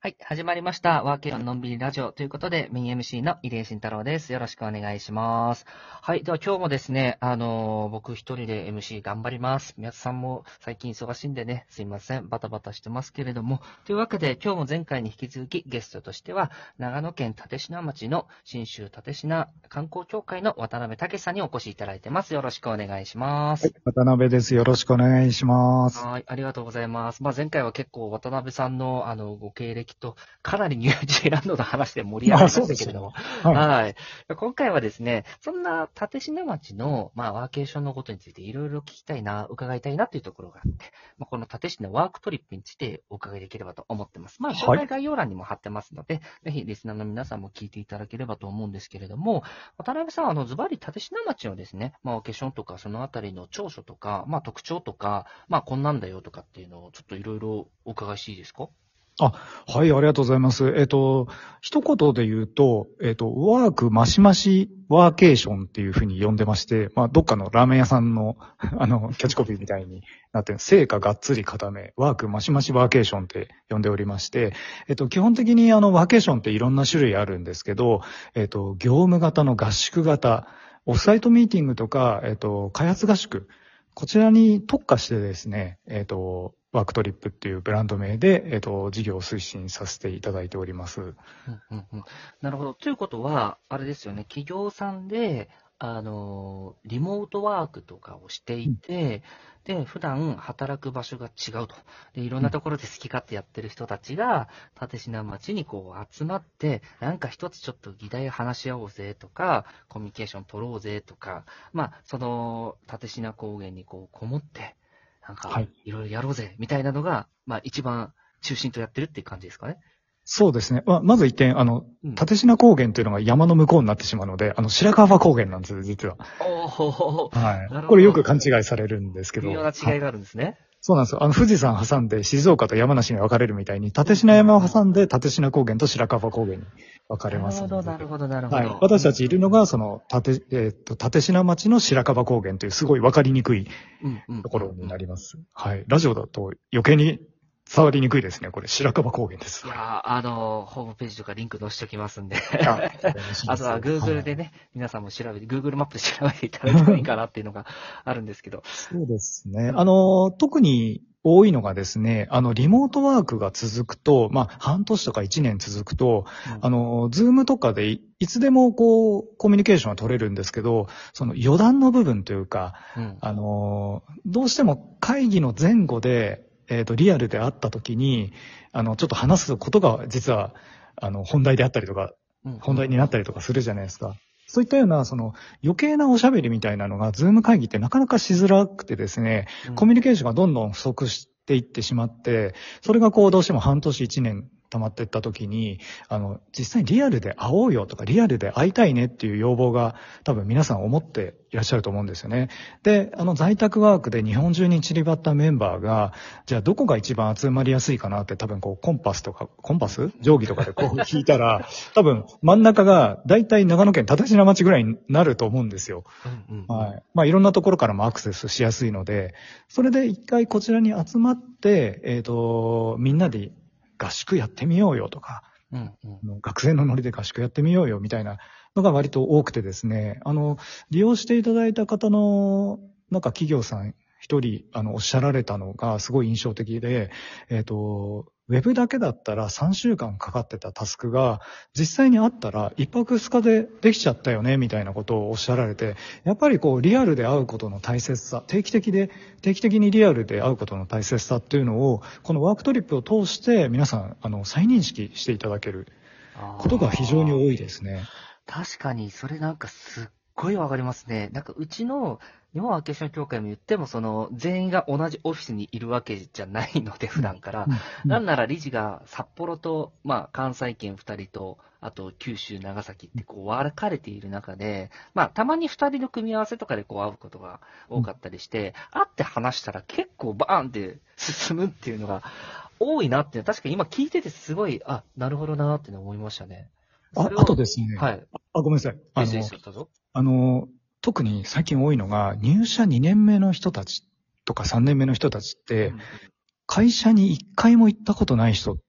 はい、始まりました。ワーケーションのんびりラジオということで、メイン MC の入江慎太郎です。よろしくお願いします。はい、では今日もですね、僕一人で MC 頑張ります。宮津さんも最近忙しいんでね、すいません、バタバタしてますけれども、というわけで今日も前回に引き続きゲストとしては、長野県立科町の信州立科観光協会の渡辺武さんにお越しいただいてます。よろしくお願いします。 渡辺です。よろしくお願いします。 はい、ありがとうございます。前回は結構渡辺さんのご経歴とかなりニュージーランドの話で盛り上がりましたけれども、 はい。 はい。今回はですね、そんな立科町のワーケーションのことについていろいろ聞きたいな、伺いたいなというところがあって、この立科ワークトリップについてお伺いできればと思ってます。紹介概要欄にも貼ってますので、ぜひリスナーの皆さんも聞いていただければと思うんですけれども、渡辺さん、ズバリ立科町のですね、ワーケーションとかそのあたりの長所とか、特徴とか、こんなんだよとかっていうのをちょっといろいろお伺いしていいですか？ はい、ありがとうございます。一言で言うと、ワークマシマシワーケーションっていうふうに呼んでまして、どっかのラーメン屋さんの、キャッチコピーみたいになってる、成果がっつり固め、ワークマシマシワーケーションって呼んでおりまして、基本的にワーケーションっていろんな種類あるんですけど、業務型の合宿型、オフサイトミーティングとか、開発合宿、こちらに特化してですね、ワークトリップっていうブランド名で、事業を推進させていただいております。 なるほど。ということは、あれですよね、企業さんで、リモートワークとかをしていて、で、普段働く場所が違うと。で、いろんなところで好き勝手やってる人たちが、立科町にこう集まって、なんか一つちょっと議題話し合おうぜとか、コミュニケーション取ろうぜとか、その、立科高原にこう、こもって、なんか、いろいろやろうぜ、みたいなのが、一番中心とやってるっていう感じですかね。 そうですね。まず一点、立科高原というのが山の向こうになってしまうので、白川高原なんです、実は。はい。これよく勘違いされるんですけど。 微妙な違いがあるんですね。 そうなんですよ。富士山挟んで静岡と山梨に分かれるみたいに、立科山を挟んで立科高原と白川高原に分かれますので。 なるほど。 はい。私たちいるのが、その、立科町の白川高原というすごい分かりにくいところになります。はい。ラジオだと余計に伝わりにくいですね。これ、白川高原です。 いやホームページとかリンク載せておきますんで。あとは Google でね、皆さんも調べて、Google マップで調べていただいたらいいかなっていうのがあるんですけど。 そうですね。特に多いのがですね、リモートワークが続くと、半年とか1年続くと、ズームとかでいつでもこう、コミュニケーションは取れるんですけど、その余談の部分というか、どうしても会議の前後で、リアルで会った時に、ちょっと話すことが実は、本題であったりとか、本題になったりとかするじゃないですか。そういったような、その余計なおしゃべりみたいなのが、ズーム会議ってなかなかしづらくてですね、コミュニケーションがどんどん不足していってしまって、それがこうどうしても半年1年溜まっていった時に、実際にリアルで会おうよとか、リアルで会いたいねっていう要望が多分皆さん思っていらっしゃると思うんですよね。で、在宅ワークで日本中に散りばったメンバーが、じゃあどこが一番集まりやすいかなって多分こうコンパス定規とかでこう聞いたら、多分真ん中が大体長野県立科町ぐらいになると思うんですよ。はい。いろんなところからもアクセスしやすいので、それで一回こちらに集まって、みんなで合宿やってみようよとか、学生のノリで合宿やってみようよみたいなのが割と多くてですね、利用していただいた方の、企業さん一人、おっしゃられたのがすごい印象的で、ウェブだけだったら3週間かかってたタスクが、実際にあったら1泊2日でできちゃったよね、みたいなことをおっしゃられて、やっぱりこう、リアルで会うことの大切さ、定期的にリアルで会うことの大切さっていうのを、このワークトリップを通して皆さん、再認識していただけることが非常に多いですね。 確かに、それなんかすっごいわかりますね。なんかうちの日本ワーケーション協会も言っても、全員が同じオフィスにいるわけじゃないので、普段から。なんなら理事が札幌と、関西圏2人と、あと九州、長崎ってこう分かれている中で、たまに2人の組み合わせとかでこう会うことが多かったりして、会って話したら結構バーンって進むっていうのが多いなっていうのは、確かに今聞いててすごい、なるほどなって思いましたね。 あとですね。 はい。 ごめんなさい。 どうぞ。 特に最近多いのが、入社2年目の人たちとか3年目の人たちって、会社に1回も行ったことない人って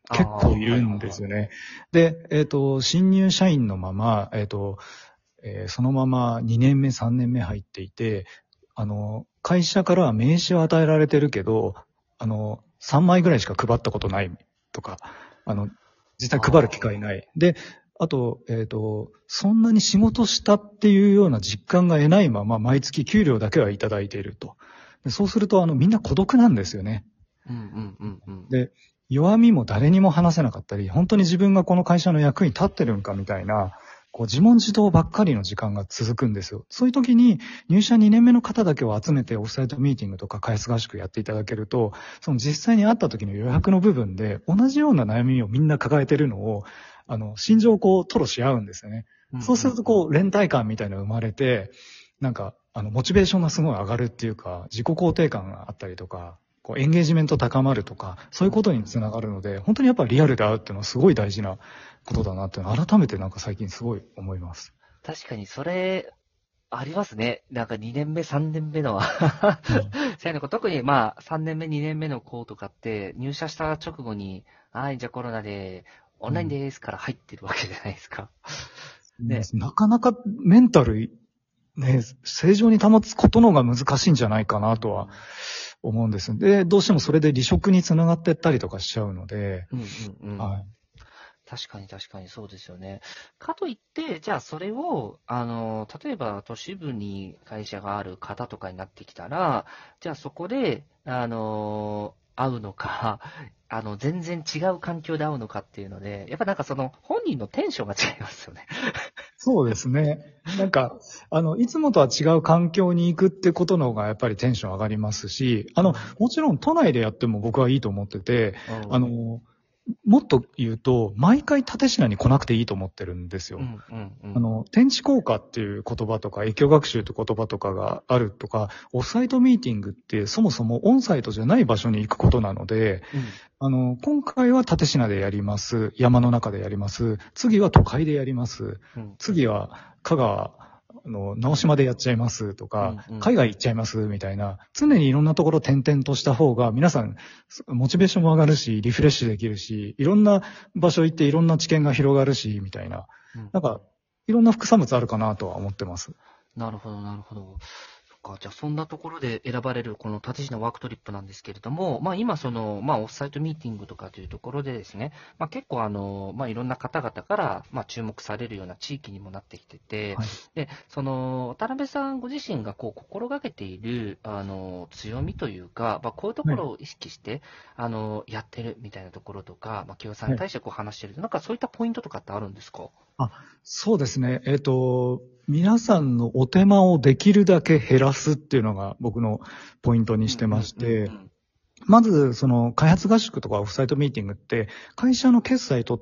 結構いるんですよね。で、新入社員のまま、そのまま2年目、3年目入っていて、会社からは名刺を与えられてるけど、3枚ぐらいしか配ったことないとか、実際配る機会ない。で、あと、そんなに仕事したっていうような実感が得ないまま、毎月給料だけはいただいていると。でそうすると、みんな孤独なんですよね。 うんうんうんうん。 で、弱みも誰にも話せなかったり、本当に自分がこの会社の役に立ってるんかみたいな、こう自問自答ばっかりの時間が続くんですよ。そういう時に入社2年目の方だけを集めてオフサイトミーティングとか開発合宿やっていただけると、その実際に会った時の予約の部分で同じような悩みをみんな抱えてるのを、心情をこう吐露し合うんですよね。そうするとこう連帯感みたいなのが生まれて、なんかモチベーションがすごい上がるっていうか、自己肯定感があったりとか、こうエンゲージメント高まるとか、そういうことにつながるので、本当にやっぱりリアルで会うっていうのはすごい大事なことだなっていうのを改めてなんか最近すごい思います。 確かにそれ、ありますね。なんか2年目、3年目の社員の子、特にまあ3年目、2年目の子とかって入社した直後に、はい、じゃあコロナでオンラインですから入ってるわけじゃないですか。ね。 なかなかメンタル、ね、正常に保つことの方が難しいんじゃないかなとは思うんです。で、どうしてもそれで離職につながってったりとかしちゃうので、 うんうんうん。 はい。 確かに確かにそうですよね。かといって、じゃあそれを、例えば都市部に会社がある方とかになってきたら、じゃあそこで、会うのか、全然違う環境で会うのかっていうので、やっぱなんかその本人のテンションが違いますよね。 そうですね。なんか、いつもとは違う環境に行くってことの方がやっぱりテンション上がりますし、もちろん都内でやっても僕はいいと思ってて、 うんもっと言うと、毎回立科に来なくていいと思ってるんですよ。 うんうんうん。 天地効果っていう言葉とか、影響学習って言葉とかがあるとか、オフサイトミーティングってそもそもオンサイトじゃない場所に行くことなので、今回は立科でやります。山の中でやります。次は都会でやります。 うん次は香川、直島でやっちゃいますとか、 うんうん海外行っちゃいますみたいな、常にいろんなところ転々とした方が、皆さん、モチベーションも上がるし、リフレッシュできるし、いろんな場所行っていろんな知見が広がるし、みたいな。 うんなんか、いろんな副産物あるかなとは思ってます。 なるほど、なるほど。そっか、じゃあそんなところで選ばれるこの立ちのワークトリップなんですけれども、まあ今その、まあオフサイトミーティングとかというところでですね、まあ結構まあいろんな方々からまあ注目されるような地域にもなってきてて、 はい。 で、その、渡辺さんご自身がこう心がけている、強みというか、まあこういうとこはい。 ろを意識して、やってるみたいなところとか、まあ清さんはい。 に対してこう話してる、なんかそういったポイントとかってあるんですか？ あ、そうですね。皆さんのお手間をできるだけ減らすっていうのが僕のポイントにしてましうんうんて、まず、その、開発合宿とかオフサイトミーティングって、会社の決済取って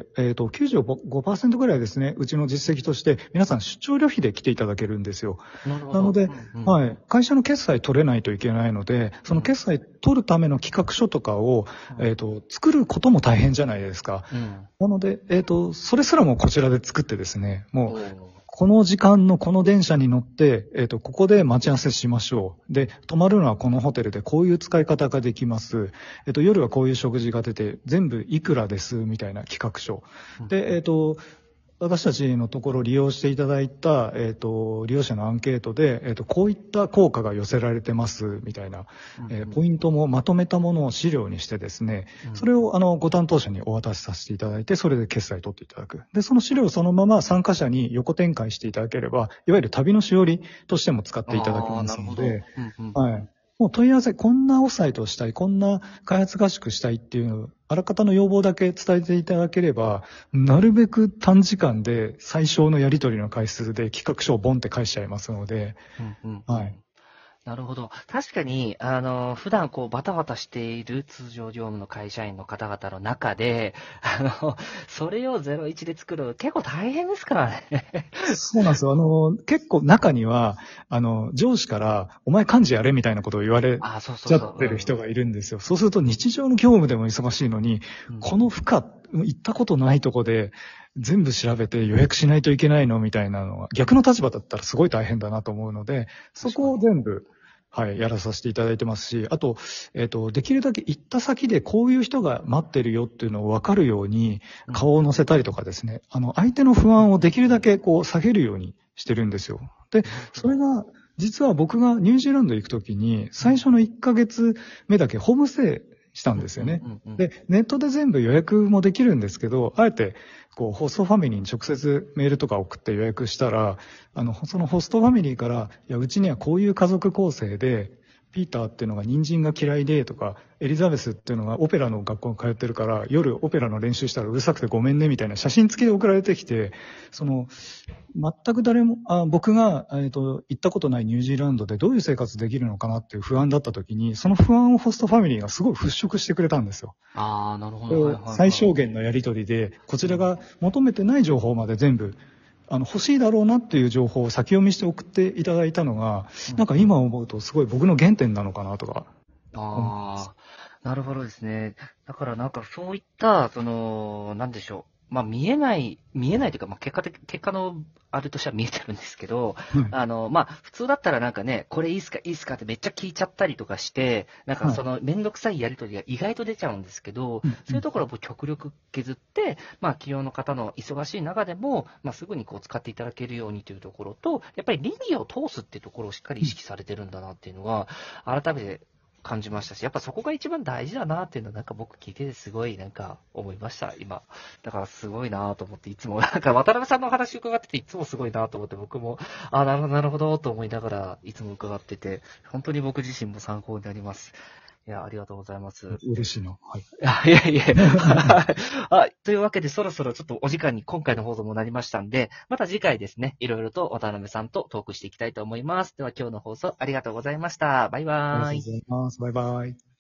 、95% ぐらいですね、うちの実績として、皆さん出張旅費で来ていただけるんですよ。 なるほど。 なので、 うんうんはい、会社の決済取れないといけないので、その決済取るための企画書とかを、作ることも大変じゃないですか。 うんなので、それすらもこちらで作ってですね、もう、 おーこの時間のこの電車に乗って、ここで待ち合わせしましょう。で、泊まるのはこのホテルでこういう使い方ができます。夜はこういう食事が出て、全部いくらです、みたいな企画書。で、私たちのところ利用していただいた、利用者のアンケートで、こういった効果が寄せられてます、みたいな、ポイントもまとめたものを資料にしてですね、それをご担当者にお渡しさせていただいて、それで決済取っていただく。で、その資料をそのまま参加者に横展開していただければ、いわゆる旅のしおりとしても使っていただけますので、はい。もう問い合わせ、こんなオフサイトをしたい、こんな開発合宿したいっていう、あらかたの要望だけ伝えていただければ、なるべく短時間で最小のやり取りの回数で企画書をボンって返しちゃいますので、はい。 なるほど。確かに、普段こうバタバタしている通常業務の会社員の方々の中で、それを01で作る、結構大変ですからね。 そうなんですよ。結構中には、上司から、お前幹事やれみたいなことを言われあ、そうそちゃうそう。 ってる人がいるんですよ。そうすると日常の業務でも忙しいのに、この負荷、行ったことないとこで、全部調べて予約しないといけないのみたいなのは、逆の立場だったらすごい大変だなと思うので、そこを全部、 はい、やらさせていただいてますし、あと、できるだけ行った先でこういう人が待ってるよっていうのを分かるように、顔を乗せたりとかですね、相手の不安をできるだけこう下げるようにしてるんですよ。で、それが、実は僕がニュージーランド行くときに、最初の1ヶ月目だけホームステイしたんですよね。で、ネットで全部予約もできるんですけど、あえて、こう、ホストファミリーに直接メールとか送って予約したら、そのホストファミリーから、いや、うちにはこういう家族構成で、ピーターっていうのが人参が嫌いでとか、エリザベスっていうのがオペラの学校に通ってるから、夜オペラの練習したらうるさくてごめんねみたいな写真付きで送られてきて、全く誰も、僕が、行ったことないニュージーランドでどういう生活できるのかなっていう不安だった時に、その不安をホストファミリーがすごい払拭してくれたんですよ。 ああ、なるほど。 最小限のやり取りで、こちらが求めてない情報まで全部、欲しいだろうなっていう情報を先読みして送っていただいたのが、なんか今思うとすごい僕の原点なのかなとか。 ああ、なるほどですね。だからなんかそういった、なんでしょう。まあ見えないというか、まあ結果のあれとしては見えてるんですけど、まあ普通だったらなんかね、これいいっすかってめっちゃ聞いちゃったりとかして、なんかそのめんどくさいやりとりが意外と出ちゃうんですけど、そういうところを極力削って、まあ企業の方の忙しい中でも、まあすぐにこう使っていただけるようにというところと、やっぱり倫理を通すっていうところをしっかり意識されてるんだなっていうのが、改めて感じましたし、やっぱそこが一番大事だなっていうのはなんか僕聞いててすごいなんか思いました、今。だからすごいなと思って、いつもなんか渡辺さんのお話伺ってていつもすごいなと思って、僕も、なるほどと思いながらいつも伺ってて、本当に僕自身も参考になります。いや、ありがとうございます。 嬉しいな。はい。 いや。というわけで、そろそろちょっとお時間に今回の放送もなりましたんで、また次回ですね、いろいろと渡辺さんとトークしていきたいと思います。では今日の放送ありがとうございました。バイバーイ。 ありがとうございます。バイバイ。